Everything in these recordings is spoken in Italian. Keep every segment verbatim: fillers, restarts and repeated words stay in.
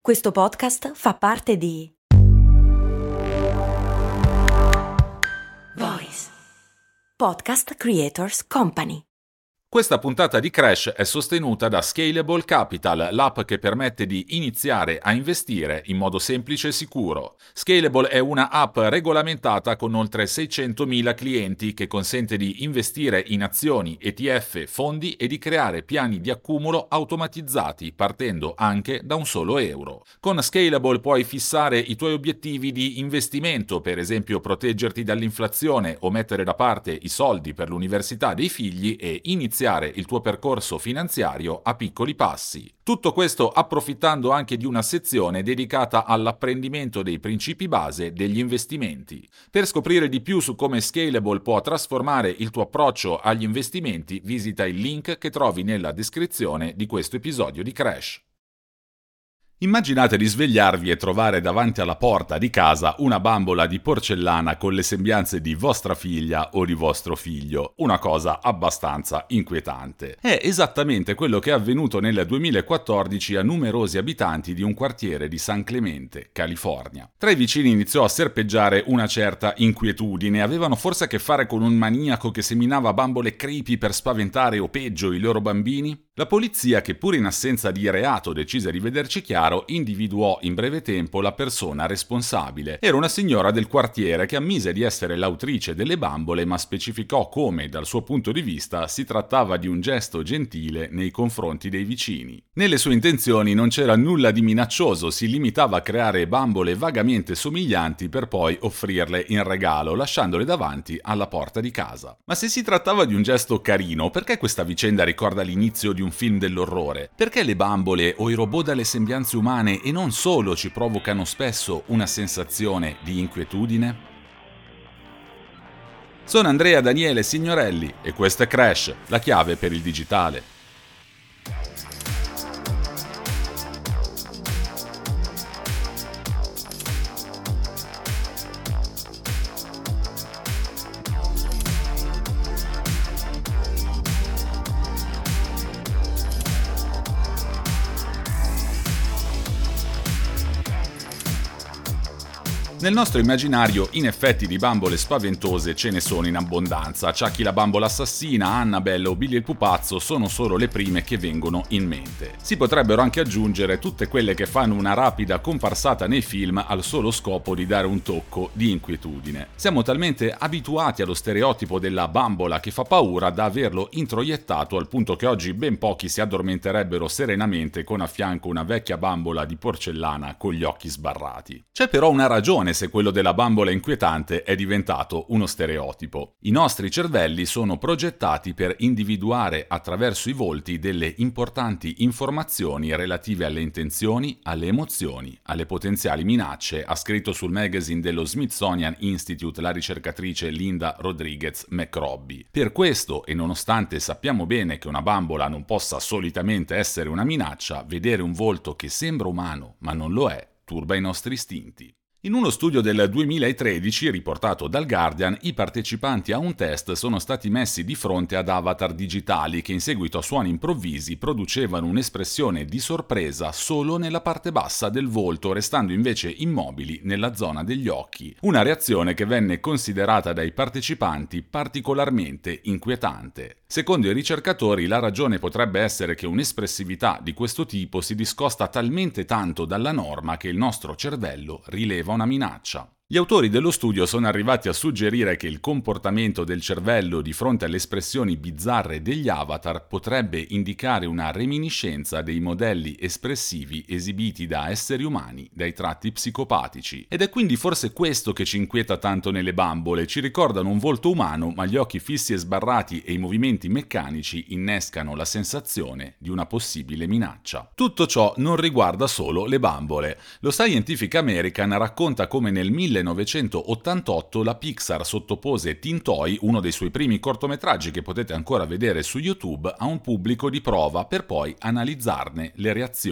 Questo podcast fa parte di Voice Podcast Creators Company. Questa puntata di Crash è sostenuta da Scalable Capital, l'app che permette di iniziare a investire in modo semplice e sicuro. Scalable è una app regolamentata con oltre seicentomila clienti che consente di investire in azioni, E T F, fondi e di creare piani di accumulo automatizzati partendo anche da un solo euro. Con Scalable puoi fissare i tuoi obiettivi di investimento, per esempio proteggerti dall'inflazione o mettere da parte i soldi per l'università dei figli e iniziare il tuo percorso finanziario a piccoli passi. Tutto questo approfittando anche di una sezione dedicata all'apprendimento dei principi base degli investimenti. Per scoprire di più su come Scalable può trasformare il tuo approccio agli investimenti, visita il link che trovi nella descrizione di questo episodio di Crash. Immaginate di svegliarvi e trovare davanti alla porta di casa una bambola di porcellana con le sembianze di vostra figlia o di vostro figlio. Una cosa abbastanza inquietante. È esattamente quello che è avvenuto nel duemilaquattordici a numerosi abitanti di un quartiere di San Clemente, California. Tra i vicini iniziò a serpeggiare una certa inquietudine. Avevano forse a che fare con un maniaco che seminava bambole creepy per spaventare o peggio i loro bambini? La polizia, che pur in assenza di reato decise di vederci chiaro, individuò in breve tempo la persona responsabile. Era una signora del quartiere che ammise di essere l'autrice delle bambole, ma specificò come, dal suo punto di vista, si trattava di un gesto gentile nei confronti dei vicini. Nelle sue intenzioni non c'era nulla di minaccioso, si limitava a creare bambole vagamente somiglianti per poi offrirle in regalo, lasciandole davanti alla porta di casa. Ma se si trattava di un gesto carino, perché questa vicenda ricorda l'inizio di un film dell'orrore? Perché le bambole o i robot dalle sembianze umane e non solo ci provocano spesso una sensazione di inquietudine? Sono Andrea Daniele Signorelli e questo è Crash, la chiave per il digitale. Nel nostro immaginario, in effetti, di bambole spaventose ce ne sono in abbondanza. Chucky la bambola assassina, Annabelle o Billy il pupazzo sono solo le prime che vengono in mente. Si potrebbero anche aggiungere tutte quelle che fanno una rapida comparsata nei film al solo scopo di dare un tocco di inquietudine. Siamo talmente abituati allo stereotipo della bambola che fa paura da averlo introiettato al punto che oggi ben pochi si addormenterebbero serenamente con a fianco una vecchia bambola di porcellana con gli occhi sbarrati. C'è però una ragione se quello della bambola inquietante è diventato uno stereotipo. I nostri cervelli sono progettati per individuare attraverso i volti delle importanti informazioni relative alle intenzioni, alle emozioni, alle potenziali minacce, ha scritto sul magazine dello Smithsonian Institute la ricercatrice Linda Rodriguez McRobbie. Per questo, e nonostante sappiamo bene che una bambola non possa solitamente essere una minaccia, vedere un volto che sembra umano ma non lo è turba i nostri istinti. In uno studio del duemilatredici, riportato dal Guardian, i partecipanti a un test sono stati messi di fronte ad avatar digitali che in seguito a suoni improvvisi producevano un'espressione di sorpresa solo nella parte bassa del volto, restando invece immobili nella zona degli occhi. Una reazione che venne considerata dai partecipanti particolarmente inquietante. Secondo i ricercatori, la ragione potrebbe essere che un'espressività di questo tipo si discosta talmente tanto dalla norma che il nostro cervello rileva una minaccia. Gli autori dello studio sono arrivati a suggerire che il comportamento del cervello di fronte alle espressioni bizzarre degli avatar potrebbe indicare una reminiscenza dei modelli espressivi esibiti da esseri umani dai tratti psicopatici. Ed è quindi forse questo che ci inquieta tanto nelle bambole, ci ricordano un volto umano ma gli occhi fissi e sbarrati e i movimenti meccanici innescano la sensazione di una possibile minaccia. Tutto ciò non riguarda solo le bambole. Lo Scientific American racconta come nel millenovecentottantotto la Pixar sottopose Teen Toy, uno dei suoi primi cortometraggi che potete ancora vedere su YouTube, a un pubblico di prova per poi analizzarne le reazioni.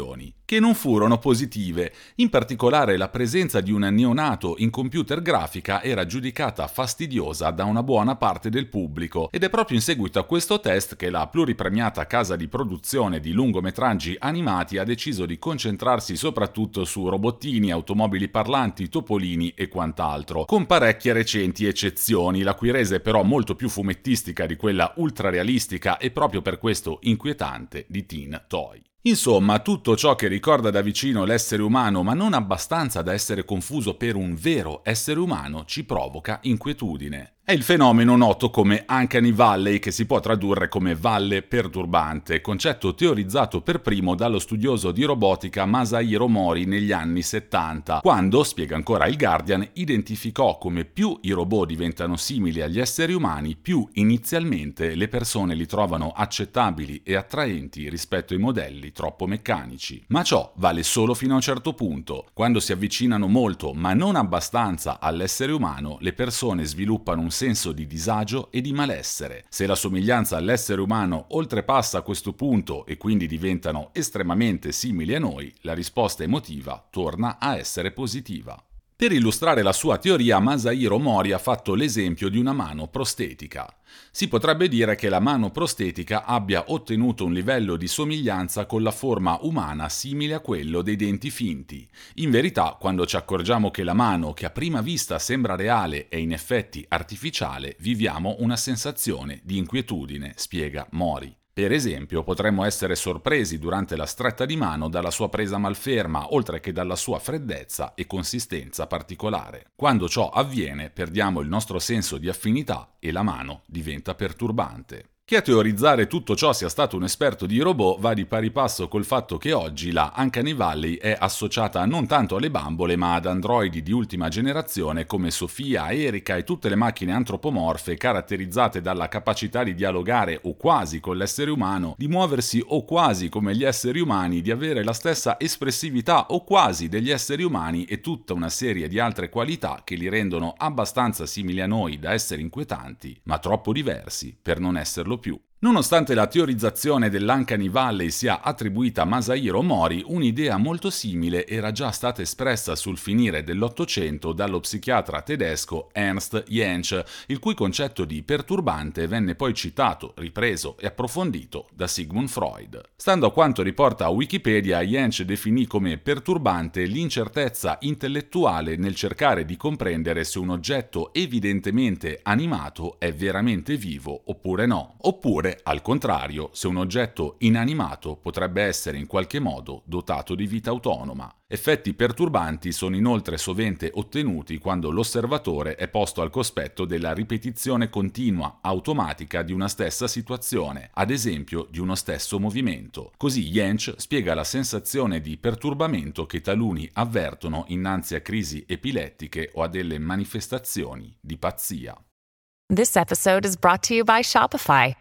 che non furono positive. In particolare la presenza di un neonato in computer grafica era giudicata fastidiosa da una buona parte del pubblico, ed è proprio in seguito a questo test che la pluripremiata casa di produzione di lungometraggi animati ha deciso di concentrarsi soprattutto su robottini, automobili parlanti, topolini e quant'altro, con parecchie recenti eccezioni, la cui resa è però molto più fumettistica di quella ultrarealistica e proprio per questo inquietante di Teen Toy. Insomma, tutto ciò che ricorda da vicino l'essere umano, ma non abbastanza da essere confuso per un vero essere umano, ci provoca inquietudine. È il fenomeno noto come Uncanny Valley, che si può tradurre come valle perturbante, concetto teorizzato per primo dallo studioso di robotica Masahiro Mori negli anni settanta, quando, spiega ancora il Guardian, identificò come più i robot diventano simili agli esseri umani, più inizialmente le persone li trovano accettabili e attraenti rispetto ai modelli troppo meccanici. Ma ciò vale solo fino a un certo punto. Quando si avvicinano molto, ma non abbastanza, all'essere umano, le persone sviluppano un senso di disagio e di malessere. Se la somiglianza all'essere umano oltrepassa questo punto e quindi diventano estremamente simili a noi, la risposta emotiva torna a essere positiva. Per illustrare la sua teoria, Masahiro Mori ha fatto l'esempio di una mano prostetica. Si potrebbe dire che la mano prostetica abbia ottenuto un livello di somiglianza con la forma umana simile a quello dei denti finti. In verità, quando ci accorgiamo che la mano, che a prima vista sembra reale, è in effetti artificiale, viviamo una sensazione di inquietudine, spiega Mori. Per esempio, potremmo essere sorpresi durante la stretta di mano dalla sua presa malferma, oltre che dalla sua freddezza e consistenza particolare. Quando ciò avviene, perdiamo il nostro senso di affinità e la mano diventa perturbante. Che a teorizzare tutto ciò sia stato un esperto di robot va di pari passo col fatto che oggi la Uncanny Valley è associata non tanto alle bambole ma ad androidi di ultima generazione come Sofia, Erika e tutte le macchine antropomorfe caratterizzate dalla capacità di dialogare o quasi con l'essere umano, di muoversi o quasi come gli esseri umani, di avere la stessa espressività o quasi degli esseri umani e tutta una serie di altre qualità che li rendono abbastanza simili a noi da essere inquietanti, ma troppo diversi per non esserlo più. Nonostante la teorizzazione dell'Uncanny Valley sia attribuita a Masahiro Mori, un'idea molto simile era già stata espressa sul finire dell'Ottocento dallo psichiatra tedesco Ernst Jentsch, il cui concetto di perturbante venne poi citato, ripreso e approfondito da Sigmund Freud. Stando a quanto riporta Wikipedia, Jentsch definì come perturbante l'incertezza intellettuale nel cercare di comprendere se un oggetto evidentemente animato è veramente vivo oppure no, oppure al contrario, se un oggetto inanimato potrebbe essere in qualche modo dotato di vita autonoma. Effetti perturbanti sono inoltre sovente ottenuti quando l'osservatore è posto al cospetto della ripetizione continua, automatica di una stessa situazione, ad esempio di uno stesso movimento. Così Jentsch spiega la sensazione di perturbamento che taluni avvertono innanzi a crisi epilettiche o a delle manifestazioni di pazzia. This episode is brought to you by Shopify.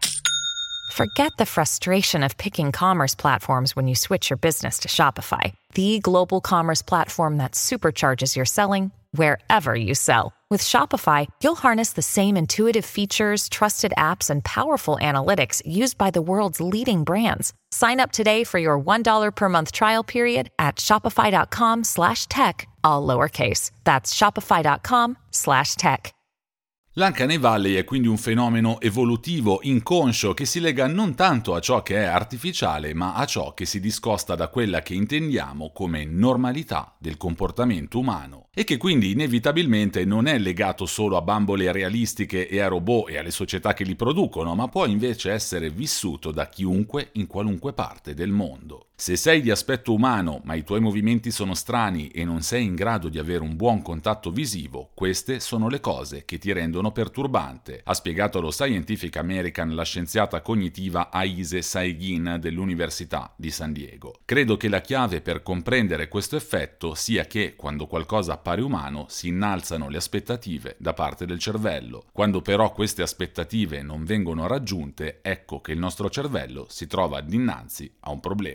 Forget the frustration of picking commerce platforms when you switch your business to Shopify, the global commerce platform that supercharges your selling wherever you sell. With Shopify, you'll harness the same intuitive features, trusted apps, and powerful analytics used by the world's leading brands. Sign up today for your one dollar per month trial period at shopify.com slash tech, all lowercase. That's shopify.com slash tech. L'Uncanny Valley è quindi un fenomeno evolutivo, inconscio, che si lega non tanto a ciò che è artificiale, ma a ciò che si discosta da quella che intendiamo come normalità del comportamento umano, e che quindi inevitabilmente non è legato solo a bambole realistiche e a robot e alle società che li producono, ma può invece essere vissuto da chiunque in qualunque parte del mondo. Se sei di aspetto umano, ma i tuoi movimenti sono strani e non sei in grado di avere un buon contatto visivo, queste sono le cose che ti rendono perturbante, ha spiegato allo Scientific American la scienziata cognitiva Aise Saeghin dell'Università di San Diego. Credo che la chiave per comprendere questo effetto sia che, quando qualcosa appare umano, si innalzano le aspettative da parte del cervello. Quando però queste aspettative non vengono raggiunte, ecco che il nostro cervello si trova dinanzi a un problema.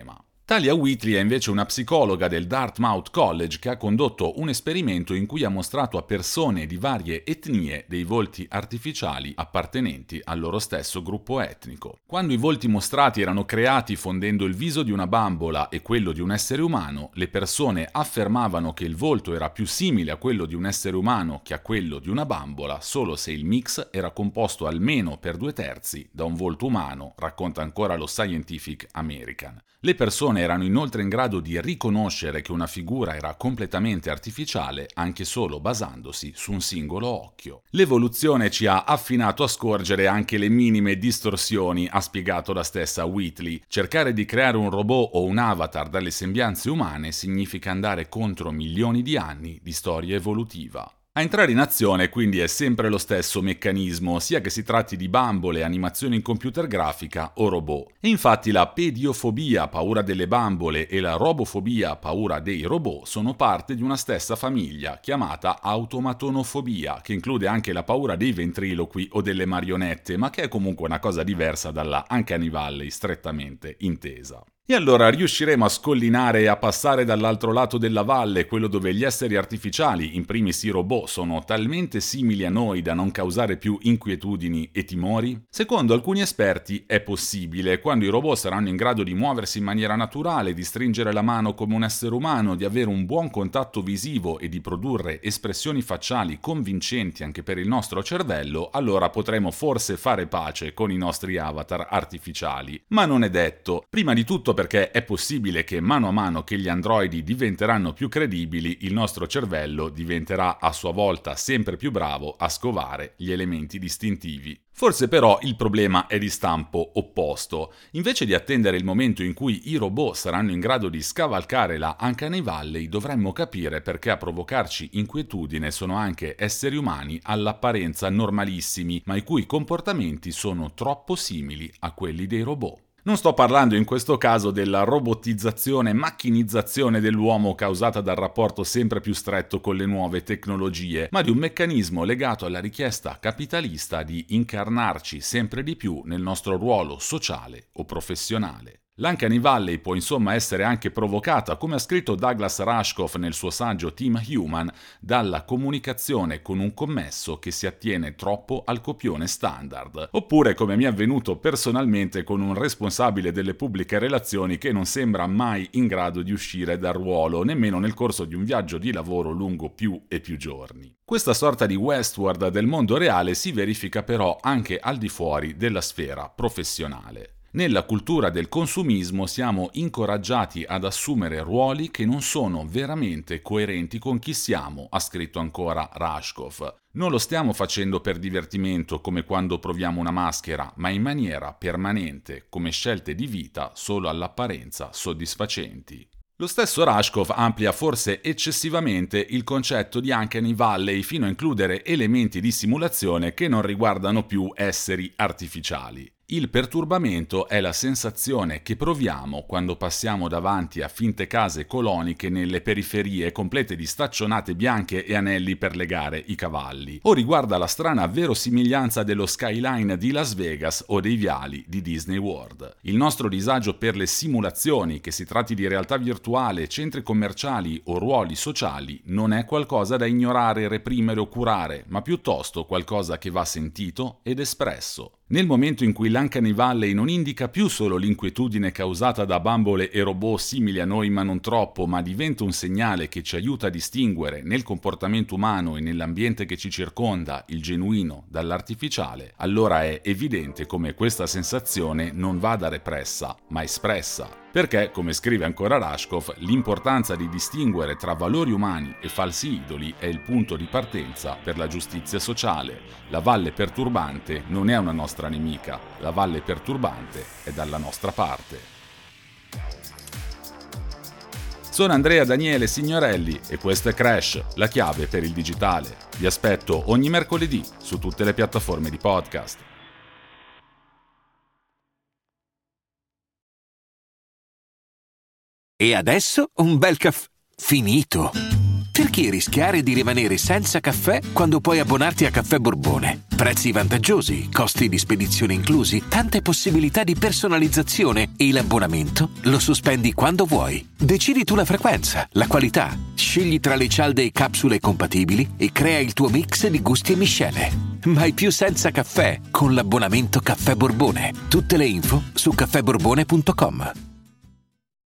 Talia Wheatley è invece una psicologa del Dartmouth College che ha condotto un esperimento in cui ha mostrato a persone di varie etnie dei volti artificiali appartenenti al loro stesso gruppo etnico. Quando i volti mostrati erano creati fondendo il viso di una bambola e quello di un essere umano, le persone affermavano che il volto era più simile a quello di un essere umano che a quello di una bambola, solo se il mix era composto almeno per due terzi da un volto umano, racconta ancora lo Scientific American. Le persone erano inoltre in grado di riconoscere che una figura era completamente artificiale anche solo basandosi su un singolo occhio. L'evoluzione ci ha affinato a scorgere anche le minime distorsioni, ha spiegato la stessa Wheatley. Cercare di creare un robot o un avatar dalle sembianze umane significa andare contro milioni di anni di storia evolutiva. A entrare in azione quindi è sempre lo stesso meccanismo, sia che si tratti di bambole, animazioni in computer grafica o robot. E infatti la pediofobia, paura delle bambole, e la robofobia, paura dei robot, sono parte di una stessa famiglia, chiamata automatonofobia, che include anche la paura dei ventriloqui o delle marionette, ma che è comunque una cosa diversa dalla Uncanny Valley strettamente intesa. E allora riusciremo a scollinare e a passare dall'altro lato della valle, quello dove gli esseri artificiali, in primis i robot, sono talmente simili a noi da non causare più inquietudini e timori? Secondo alcuni esperti è possibile, quando i robot saranno in grado di muoversi in maniera naturale, di stringere la mano come un essere umano, di avere un buon contatto visivo e di produrre espressioni facciali convincenti anche per il nostro cervello, allora potremo forse fare pace con i nostri avatar artificiali. Ma non è detto. Prima di tutto perché è possibile che mano a mano che gli androidi diventeranno più credibili, il nostro cervello diventerà a sua volta sempre più bravo a scovare gli elementi distintivi. Forse però il problema è di stampo opposto. Invece di attendere il momento in cui i robot saranno in grado di scavalcare la Uncanny Valley, dovremmo capire perché a provocarci inquietudine sono anche esseri umani all'apparenza normalissimi, ma i cui comportamenti sono troppo simili a quelli dei robot. Non sto parlando in questo caso della robotizzazione e macchinizzazione dell'uomo causata dal rapporto sempre più stretto con le nuove tecnologie, ma di un meccanismo legato alla richiesta capitalista di incarnarci sempre di più nel nostro ruolo sociale o professionale. L'Uncanny Valley può insomma essere anche provocata, come ha scritto Douglas Rushkoff nel suo saggio Team Human, dalla comunicazione con un commesso che si attiene troppo al copione standard, oppure come mi è avvenuto personalmente con un responsabile delle pubbliche relazioni che non sembra mai in grado di uscire dal ruolo, nemmeno nel corso di un viaggio di lavoro lungo più e più giorni. Questa sorta di Westworld del mondo reale si verifica però anche al di fuori della sfera professionale. Nella cultura del consumismo siamo incoraggiati ad assumere ruoli che non sono veramente coerenti con chi siamo, ha scritto ancora Rushkoff. Non lo stiamo facendo per divertimento come quando proviamo una maschera, ma in maniera permanente, come scelte di vita solo all'apparenza soddisfacenti. Lo stesso Rushkoff amplia forse eccessivamente il concetto di Uncanny Valley fino a includere elementi di simulazione che non riguardano più esseri artificiali. Il perturbamento è la sensazione che proviamo quando passiamo davanti a finte case coloniche nelle periferie complete di staccionate bianche e anelli per legare i cavalli, o riguarda la strana verosimiglianza dello skyline di Las Vegas o dei viali di Disney World. Il nostro disagio per le simulazioni, che si tratti di realtà virtuale, centri commerciali o ruoli sociali, non è qualcosa da ignorare, reprimere o curare, ma piuttosto qualcosa che va sentito ed espresso. Nel momento in cui l'Uncanny Valley non indica più solo l'inquietudine causata da bambole e robot simili a noi ma non troppo, ma diventa un segnale che ci aiuta a distinguere nel comportamento umano e nell'ambiente che ci circonda il genuino dall'artificiale, allora è evidente come questa sensazione non vada repressa, ma espressa. Perché, come scrive ancora Rushkoff, l'importanza di distinguere tra valori umani e falsi idoli è il punto di partenza per la giustizia sociale. La valle perturbante non è una nostra nemica, la valle perturbante è dalla nostra parte. Sono Andrea Daniele Signorelli e questo è Crash, la chiave per il digitale. Vi aspetto ogni mercoledì su tutte le piattaforme di podcast. E adesso un bel caffè finito. Perché rischiare di rimanere senza caffè quando puoi abbonarti a Caffè Borbone? Prezzi vantaggiosi, costi di spedizione inclusi, tante possibilità di personalizzazione e l'abbonamento lo sospendi quando vuoi. Decidi tu la frequenza, la qualità, scegli tra le cialde e capsule compatibili e crea il tuo mix di gusti e miscele. Mai più senza caffè con l'abbonamento Caffè Borbone. Tutte le info su caffè borbone punto com.